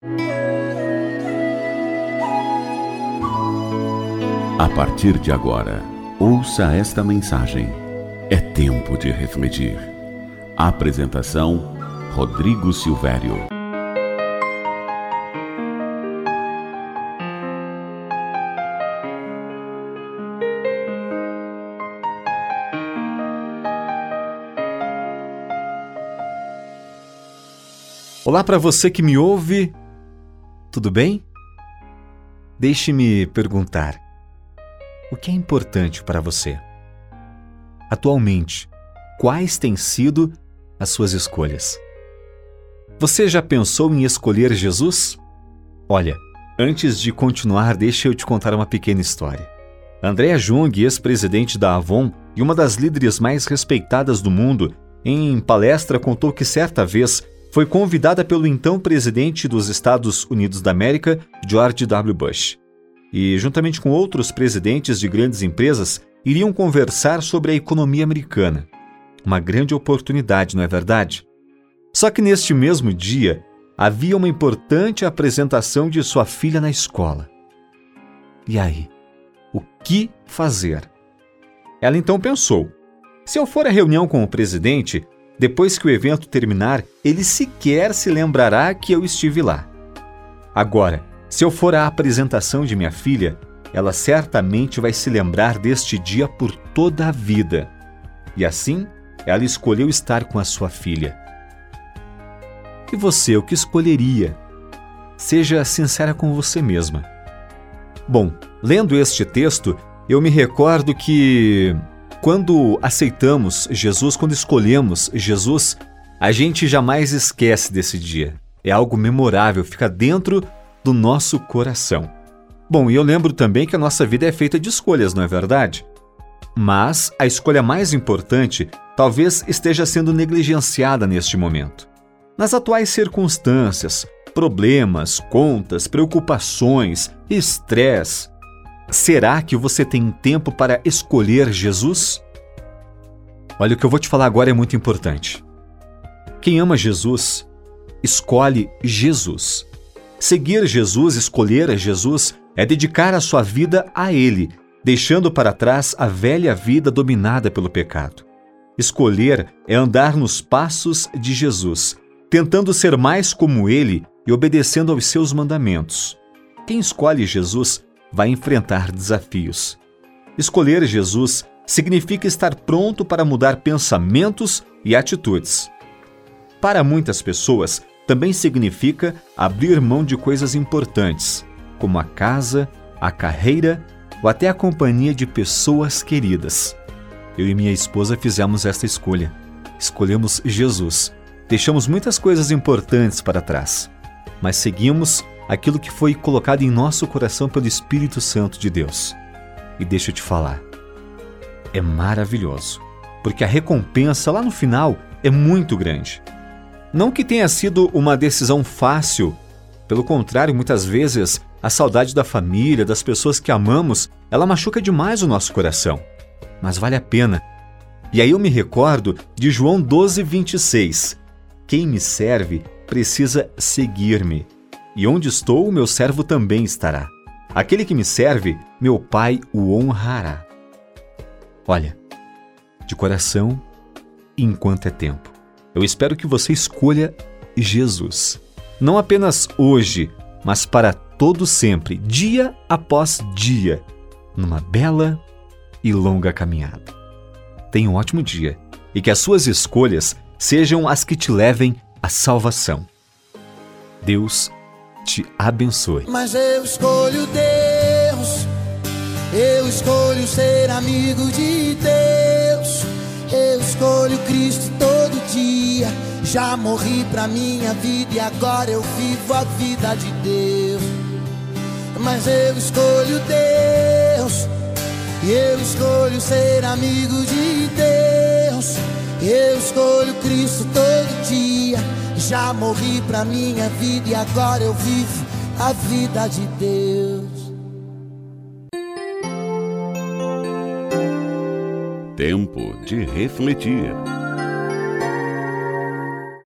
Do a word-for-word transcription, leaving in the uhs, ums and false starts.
A partir de agora, ouça esta mensagem. É tempo de refletir. Apresentação: Rodrigo Silvério. Olá para você que me ouve, tudo bem? Deixe-me perguntar, o que é importante para você? Atualmente, quais têm sido as suas escolhas? Você já pensou em escolher Jesus? Olha, antes de continuar, deixa eu te contar uma pequena história. Andrea Jung, ex-presidente da Avon e uma das líderes mais respeitadas do mundo, em palestra contou que certa vez foi convidada pelo então presidente dos Estados Unidos da América, George W. Bush. E, juntamente com outros presidentes de grandes empresas, iriam conversar sobre a economia americana. Uma grande oportunidade, não é verdade? Só que neste mesmo dia, havia uma importante apresentação de sua filha na escola. E aí? O que fazer? Ela então pensou, se eu for à reunião com o presidente, depois que o evento terminar, ele sequer se lembrará que eu estive lá. Agora, se eu for à apresentação de minha filha, ela certamente vai se lembrar deste dia por toda a vida. E assim, ela escolheu estar com a sua filha. E você, o que escolheria? Seja sincera com você mesma. Bom, lendo este texto, eu me recordo que quando aceitamos Jesus, quando escolhemos Jesus, a gente jamais esquece desse dia. É algo memorável, fica dentro do nosso coração. Bom, e eu lembro também que a nossa vida é feita de escolhas, não é verdade? Mas a escolha mais importante talvez esteja sendo negligenciada neste momento. Nas atuais circunstâncias, problemas, contas, preocupações, estresse, será que você tem tempo para escolher Jesus? Olha, o que eu vou te falar agora é muito importante. Quem ama Jesus, escolhe Jesus. Seguir Jesus, escolher Jesus, é dedicar a sua vida a Ele, deixando para trás a velha vida dominada pelo pecado. Escolher é andar nos passos de Jesus, tentando ser mais como Ele e obedecendo aos seus mandamentos. Quem escolhe Jesus vai enfrentar desafios. Escolher Jesus significa estar pronto para mudar pensamentos e atitudes. Para muitas pessoas, também significa abrir mão de coisas importantes, como a casa, a carreira ou até a companhia de pessoas queridas. Eu e minha esposa fizemos esta escolha. Escolhemos Jesus. Deixamos muitas coisas importantes para trás, mas seguimos aquilo que foi colocado em nosso coração pelo Espírito Santo de Deus. E deixa eu te falar, é maravilhoso, porque a recompensa lá no final é muito grande. Não que tenha sido uma decisão fácil, pelo contrário, muitas vezes a saudade da família, das pessoas que amamos, ela machuca demais o nosso coração, mas vale a pena. E aí eu me recordo de João doze, vinte e seis. Quem me serve precisa seguir-me. E onde estou, o meu servo também estará. Aquele que me serve, meu Pai o honrará. Olha, de coração, enquanto é tempo, eu espero que você escolha Jesus. Não apenas hoje, mas para todo sempre, dia após dia, numa bela e longa caminhada. Tenha um ótimo dia e que as suas escolhas sejam as que te levem à salvação. Deus te abençoe. Mas eu escolho Deus, eu escolho ser amigo de Deus, eu escolho Cristo todo dia. Já morri pra minha vida e agora eu vivo a vida de Deus. Mas eu escolho Deus, eu escolho ser amigo de Deus, eu escolho Cristo todo dia. Já morri pra minha vida e agora eu vivo a vida de Deus. Tempo de refletir.